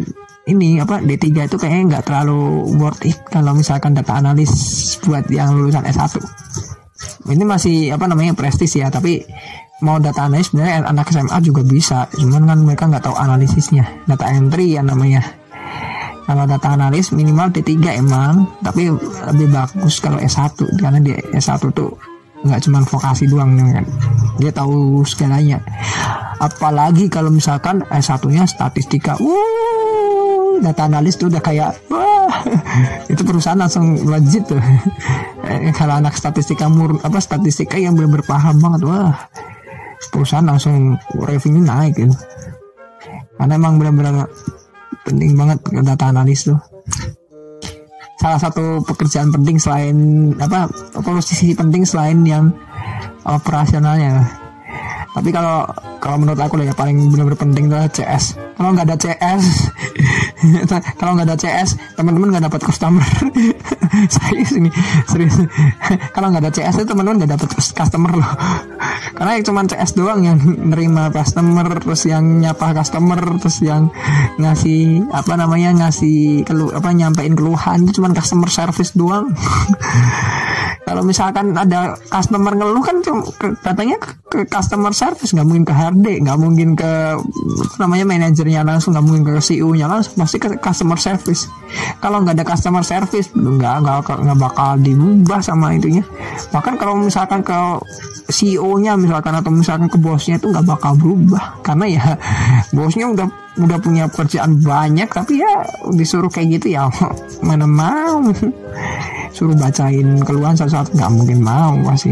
ini apa D tiga itu kayaknya nggak terlalu worth it kalau misalkan data analis buat yang lulusan S satu. Ini masih apa namanya prestis ya, tapi mau data analis sebenarnya anak S M A juga bisa, cuman kan mereka nggak tahu analisisnya, data entry ya namanya. Kalau data analis minimal D tiga emang, tapi lebih bagus kalau S satu karena di S satu tuh nggak cuma vokasi doang kan, dia tahu segalanya. Apalagi kalau misalkan S satu-nya statistika, wuh, data analis tuh udah kayak wah, itu perusahaan langsung legit tuh. Kalau anak statistika mur apa statistika yang benar-benar paham banget, wah, perusahaan langsung revenue naik gitu. Karena emang benar-benar penting banget data analis tuh. Salah satu pekerjaan penting selain apa posisi penting selain yang operasionalnya. Tapi kalau kalau menurut aku lah ya paling benar-benar penting adalah C S. Kalau nggak ada C S, kalau nggak ada C S, teman-teman nggak dapat customer. Serius ini, serius. Kalau nggak ada C S itu teman-teman nggak dapat customer loh. Karena cuma C S doang yang nerima customer, terus yang nyapa customer, terus yang ngasih apa namanya ngasih kelu apa nyampein keluhan itu cuma customer service doang. Kalau misalkan ada customer ngeluh kan katanya ke customer service, nggak mungkin ke H R D, nggak mungkin ke namanya manajernya langsung, nggak mungkin ke C E O-nya langsung, pasti ke customer service. Kalau nggak ada customer service nggak nggak nggak bakal diubah sama itunya. Bahkan kalau misalkan ke C E O-nya misalkan atau misalkan ke bosnya itu nggak bakal berubah karena ya bosnya udah udah punya pekerjaan banyak, tapi ya disuruh kayak gitu ya mana mau. Suruh bacain keluhan satu-satu nggak mungkin mau pasti.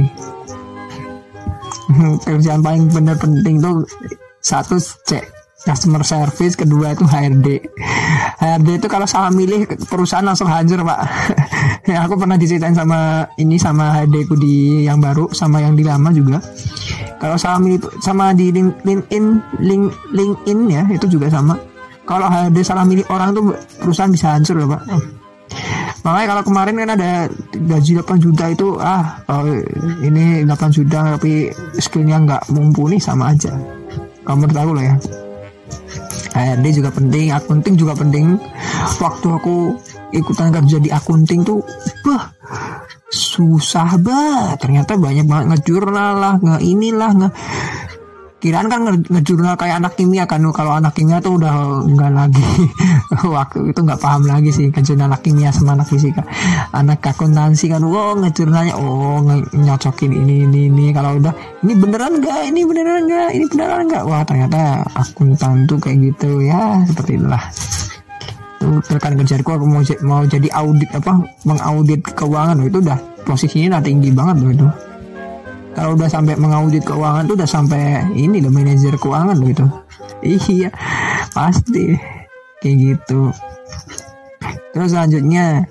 Kerjaan paling bener penting tuh satu C customer service, kedua itu H R D. H R D itu kalau salah milih perusahaan langsung hancur pak. Ya, aku pernah diceritain sama ini sama H R D ku di yang baru sama yang di lama juga. Kalau salah milih sama di LinkedIn, link LinkedIn ya itu juga sama. Kalau H R D salah milih orang tuh perusahaan bisa hancur loh pak. Makanya kalau kemarin kan ada gaji delapan juta itu ah oh, ini delapan juta tapi skillnya nggak mumpuni sama aja. Kalau menurut aku lah ya. H R D juga penting, akunting juga penting. Waktu aku ikutan kerja di akunting tuh, wah susah banget. Ternyata banyak banget ngejurnal lah, nge inilah, nge kiraan kan ngejurnal kayak anak kimia kan. Kalau anak kimia tuh udah enggak lagi waktu itu nggak paham lagi sih ngejurnal anak kimia sama anak fisika. Anak akuntansi kan wow ngejurnalnya oh nyocokin ini ini ini. Kalau udah ini beneran enggak, ini beneran enggak, ini beneran enggak, wah ternyata akuntan tuh kayak gitu ya, seperti itulah. Tuh rekan kerjaku aku mau mau jadi audit apa mengaudit keuangan itu udah posisinya udah tinggi banget loh itu. Kalau udah sampai mengaudit keuangan tuh udah sampai ini loh manajer keuangan loh itu. Iya pasti kayak gitu. Terus selanjutnya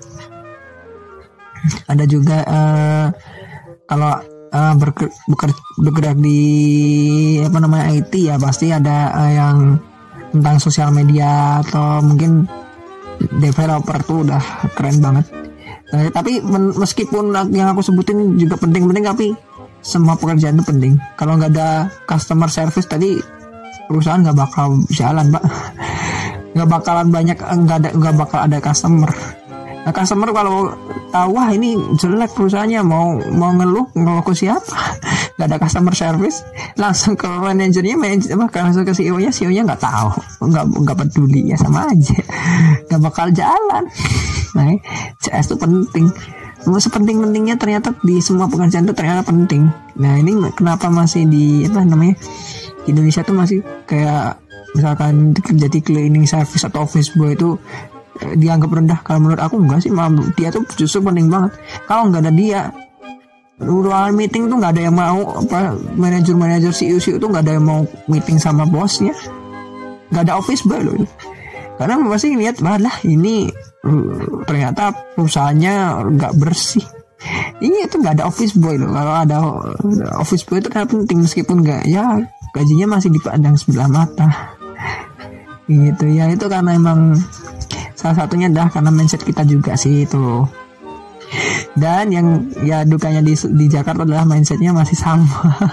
ada juga uh, kalau uh, bergerak, bergerak di apa namanya I T ya pasti ada uh, yang tentang sosial media atau mungkin developer tuh udah keren banget. Uh, tapi men- meskipun yang aku sebutin juga penting-penting tapi semua pekerjaan itu penting. Kalau nggak ada customer service tadi perusahaan nggak bakal jalan pak. Nggak bakalan banyak, nggak ada nggak bakal ada customer. Nah customer kalau tahu wah ini jelek perusahaannya mau mau ngeluh ngeluh ke siapa? Nggak ada customer service langsung ke manajernya, manajer apa langsung ke C E O-nya, C E O-nya nggak tahu, nggak nggak peduli ya sama aja, nggak bakal jalan. Nah C S itu penting. Sepenting-pentingnya ternyata di semua pekerjaan itu ternyata penting. Nah ini kenapa masih di apa namanya di Indonesia tuh masih kayak misalkan jadi cleaning service atau office boy itu eh, dianggap rendah. Kalau menurut aku enggak sih, malah dia tuh justru penting banget. Kalau nggak ada dia ruangan meeting tuh nggak ada yang mau apa manajer-manajer C E O C E O tuh nggak ada yang mau meeting sama bosnya. Nggak ada office boy loh. Karena pasti lihat malah ini ternyata perusahaannya nggak bersih. Ini itu nggak ada office boy loh. Kalau ada office boy itu ternyata penting meskipun nggak ya gajinya masih dipandang sebelah mata. Gitu ya itu karena emang salah satunya dah karena mindset kita juga sih itu. Dan yang ya dukanya di di Jakarta adalah mindsetnya masih sama.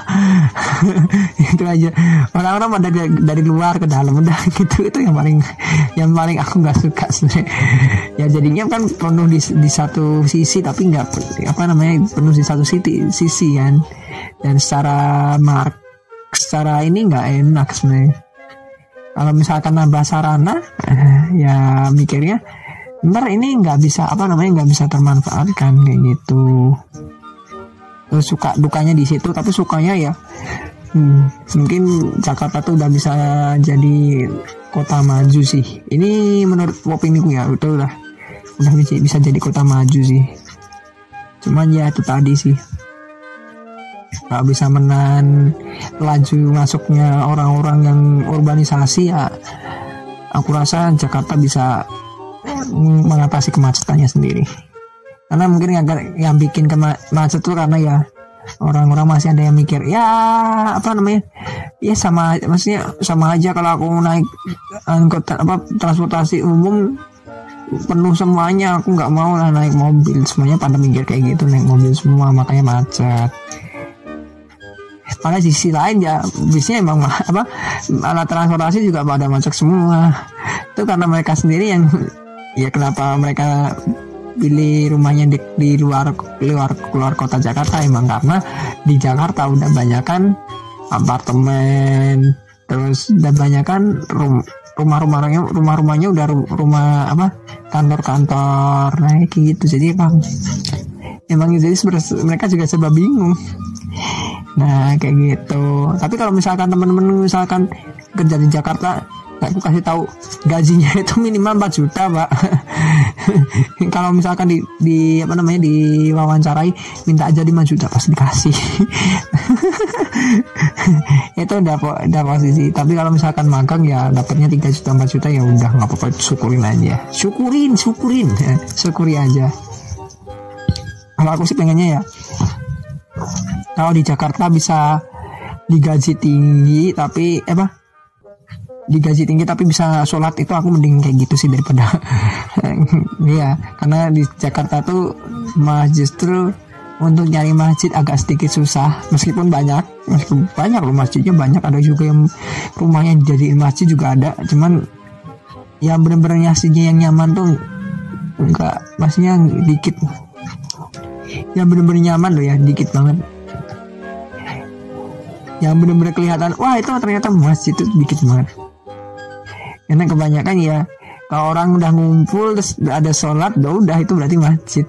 Itu aja. Orang-orang dari dari luar ke dalam udah gitu. Itu yang paling yang paling aku nggak suka sebenarnya. Ya jadinya kan penuh di, di satu sisi tapi nggak apa namanya penuh di satu sisi sisi kan. Dan secara mark secara ini nggak enak sebenarnya. Kalau misalkan nambah sarana, ya mikirnya ntar ini nggak bisa apa namanya nggak bisa termanfaatkan kayak gitu. Terus suka dukanya di situ, tapi sukanya ya hmm, mungkin Jakarta tuh udah bisa jadi kota maju sih. Ini menurut opiniku ya, itu udah udah bisa, bisa jadi kota maju sih. Cuman ya itu tadi sih, nggak bisa menahan laju masuknya orang-orang yang urbanisasi ya. Aku rasa Jakarta bisa mengatasi kemacetannya sendiri. Karena mungkin yang, yang bikin macet tuh karena ya orang-orang masih ada yang mikir ya apa namanya ya sama maksudnya sama aja kalau aku naik angkot apa transportasi umum penuh semuanya, aku nggak mau lah naik mobil. Semuanya pada mikir kayak gitu, naik mobil semua, makanya macet. Pada sisi lain ya biasanya emang apa alat transportasi juga pada macet semua. Itu karena mereka sendiri yang ya kenapa mereka pilih rumahnya di, di luar luar luar kota Jakarta, emang karena di Jakarta udah banyakan apartemen, terus udah banyakan rum, rumah-rumahnya rumah-rumahnya udah rumah apa kantor-kantor, nah kayak gitu. Jadi emang emang jadi mereka juga serba bingung. Nah kayak gitu. Tapi kalau misalkan teman-teman misalkan kerja di Jakarta, aku kasih tahu gajinya itu minimal empat juta, Pak. Kalau misalkan di, di apa namanya diwawancarai minta aja lima juta pasti dikasih. Itu udah udah posisi. Tapi kalau misalkan magang ya dapatnya tiga juta empat juta ya udah nggak apa-apa, syukurin aja. Syukurin, syukurin. Syukuri aja. Kalau aku sih pengennya ya kalau di Jakarta bisa digaji tinggi tapi eh apa digaji tinggi tapi bisa sholat, itu aku mending kayak gitu sih daripada iya, karena di Jakarta tuh mah justru untuk nyari masjid agak sedikit susah, meskipun banyak meskipun banyak loh masjidnya, banyak, ada juga yang rumahnya dijadiin masjid juga ada, cuman yang bener-bener masjidnya yang nyaman tuh enggak, maksudnya dikit, yang bener-bener nyaman loh ya dikit banget, yang bener-bener kelihatan wah itu ternyata masjid itu dikit banget. Karena kebanyakan ya kalau orang udah ngumpul terus ada sholat, udah itu berarti masjid.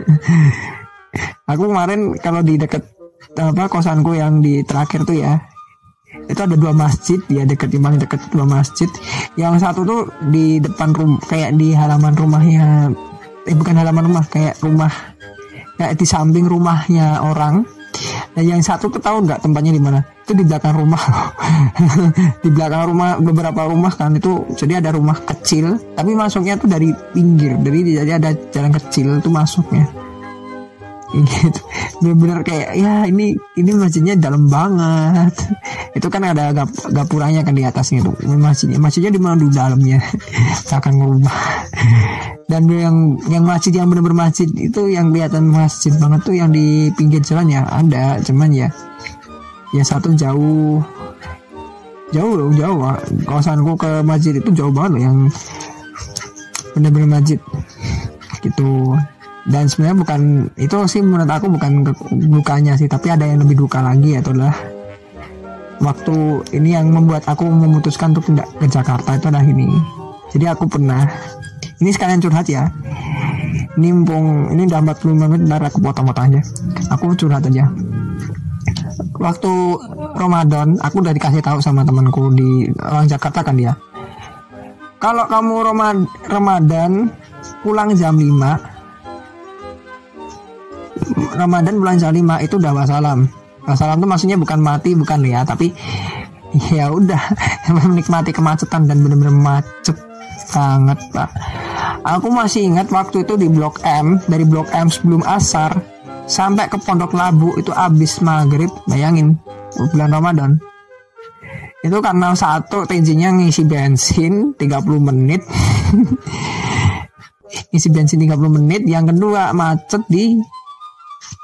Aku kemarin kalau di dekat apa kosanku yang di terakhir tuh ya, itu ada dua masjid ya, dekat di paling dekat dua masjid. Yang satu tuh di depan rumah, kayak di halaman rumahnya, eh bukan halaman rumah, kayak rumah kayak di samping rumahnya orang. Dan yang satu tuh tahu nggak tempatnya di mana? Itu di belakang rumah. Di belakang rumah beberapa rumah kan itu, jadi ada rumah kecil tapi masuknya tuh dari pinggir, dari jadi ada jalan kecil tuh masuknya. Gitu. Bener-bener kayak ya ini ini masjidnya dalam banget. Itu kan ada gap, gapuranya kan di atasnya tuh. Masjidnya masjidnya di mana, di dalamnya. Belakang rumah. Dan yang yang masjid yang benar-benar masjid itu yang kelihatan masjid banget tuh yang di pinggir jalan ya ada, cuman ya ya satu jauh jauh loh jauh kawasanku ke masjid itu jauh banget loh yang benar-benar masjid gitu. Dan sebenarnya bukan itu sih, menurut aku bukan dukanya sih, tapi ada yang lebih duka lagi, yaitu adalah waktu ini yang membuat aku memutuskan untuk tidak ke Jakarta itu adalah ini. Jadi aku pernah, ini sekalian curhat ya. Ini mumpung ini udah empat puluh menit, ntar aku potong-potong aja. Aku curhat aja. Waktu Ramadan, aku udah dikasih tahu sama temanku di orang Jakarta kan dia. Kalau kamu Ramad, Ramadan pulang jam lima, Ramadan bulan jam lima itu udah wassalam. Wassalam itu maksudnya bukan mati, bukan ya, tapi ya udah menikmati kemacetan dan benar-benar macet banget, Pak. Aku masih ingat waktu itu di Blok M, dari Blok M sebelum asar sampai ke Pondok Labu itu habis maghrib, bayangin bulan Ramadan. Itu karena satu tensinya ngisi bensin tiga puluh menit. Ngisi bensin tiga puluh menit, yang kedua macet di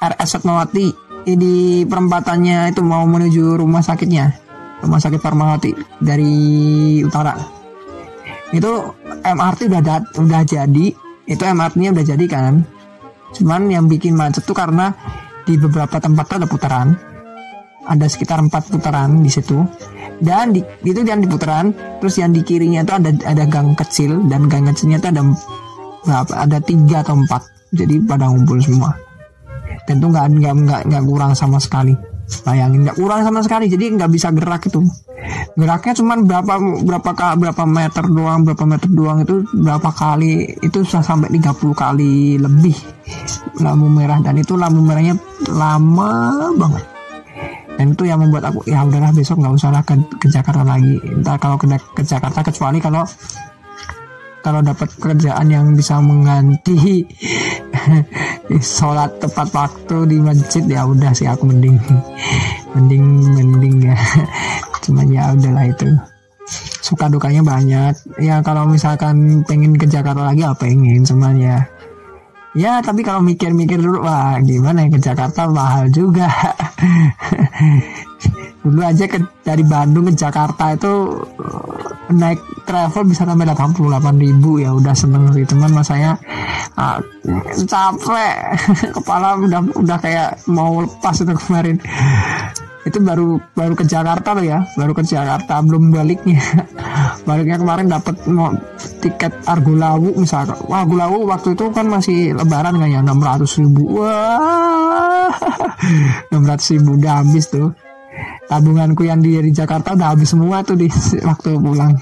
R S Fatmawati di perempatannya itu mau menuju rumah sakitnya, rumah sakit Fatmawati dari utara. Itu M R T udah dat- udah jadi, itu M R T-nya udah jadi kan. Cuman yang bikin macet tuh karena di beberapa tempat tuh ada putaran, ada sekitar empat putaran di situ. Dan di, itu yang di putaran, terus yang di kirinya itu ada ada gang kecil, dan gang kecilnya itu ada berapa? Ada tiga atau empat. Jadi pada ngumpul semua. Dan itu nggak nggak nggak nggak kurang sama sekali. Bayangin, nggak kurang sama sekali. Jadi nggak bisa gerak itu. Geraknya cuma berapa berapa berapa meter doang, berapa meter doang itu berapa kali itu bisa sampai tiga puluh kali lebih lampu merah, dan itu lampu merahnya lama banget. Dan itu yang membuat aku ya udahlah besok nggak usah lah ke, ke Jakarta lagi. Entar kalau ke, ke Jakarta, kecuali kalau kalau dapat pekerjaan yang bisa mengganti sholat tepat waktu di masjid, ya udah sih aku mending mending mending ya. Cuma ya udahlah, itu suka dukanya banyak ya. Kalau misalkan pengen ke Jakarta lagi ya pengen, cuman ya ya tapi kalau mikir-mikir dulu, wah gimana ya, ke Jakarta mahal juga. Dulu aja ke, dari Bandung ke Jakarta itu naik travel bisa sampai delapan puluh delapan ribu, ya udah seneng sih. Cuman masanya uh, capek, kepala udah udah kayak mau lepas itu kemarin. Itu baru baru ke Jakarta loh ya, baru ke Jakarta, belum baliknya. Baliknya kemarin dapat tiket Argolawu misalkan. Wah, Argolawu waktu itu kan masih lebaran kan ya, enam ratus ribu. Wah, enam ratus ribu udah habis tuh. Tabunganku yang di, di Jakarta udah habis semua tuh di waktu pulang.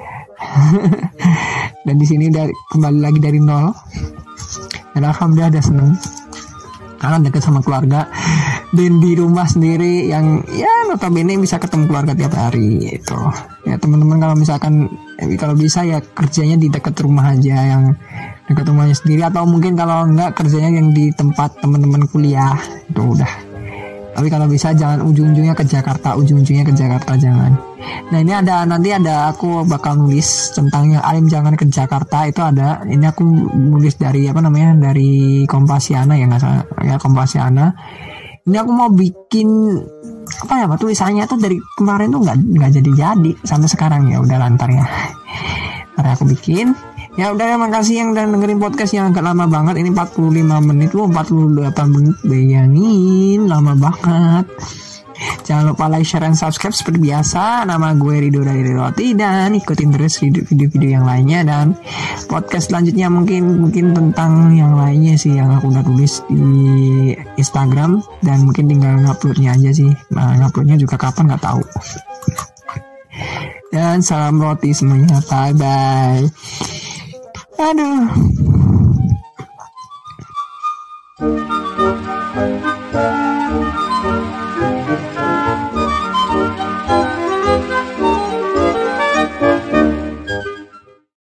Dan di sini udah kembali lagi dari nol. Dan alhamdulillah udah seneng karena dekat sama keluarga, dan di rumah sendiri yang ya notabene bisa ketemu keluarga tiap hari itu. Ya teman-teman, kalau misalkan kalau bisa ya kerjanya di dekat rumah aja, yang dekat rumahnya sendiri, atau mungkin kalau enggak kerjanya yang di tempat teman-teman kuliah itu udah. Tapi kalau bisa jangan ujung-ujungnya ke Jakarta, ujung-ujungnya ke Jakarta jangan. Nah ini ada, nanti ada aku bakal nulis tentang yang Alim jangan ke Jakarta itu ada. Ini aku nulis dari apa namanya, dari Kompasiana ya nggak salah ya, Kompasiana. Ini aku mau bikin apa ya, tulisannya tuh dari kemarin tuh nggak nggak jadi-jadi sampai sekarang, ya udah lantar ya. Ntar aku bikin. Ya udah ya, makasih yang udah dengerin podcast yang agak lama banget. Ini empat puluh lima menit loh, empat puluh delapan menit. Bayangin, lama banget. Jangan lupa like, share, dan subscribe seperti biasa. Nama gue Rido dari Roti, dan ikutin terus video-video yang lainnya. Dan podcast selanjutnya mungkin mungkin tentang yang lainnya sih, yang aku udah tulis di Instagram. Dan mungkin tinggal nguploadnya aja sih. Nah, nguploadnya juga kapan nggak tahu. Dan salam roti semuanya. Bye bye. Aduh.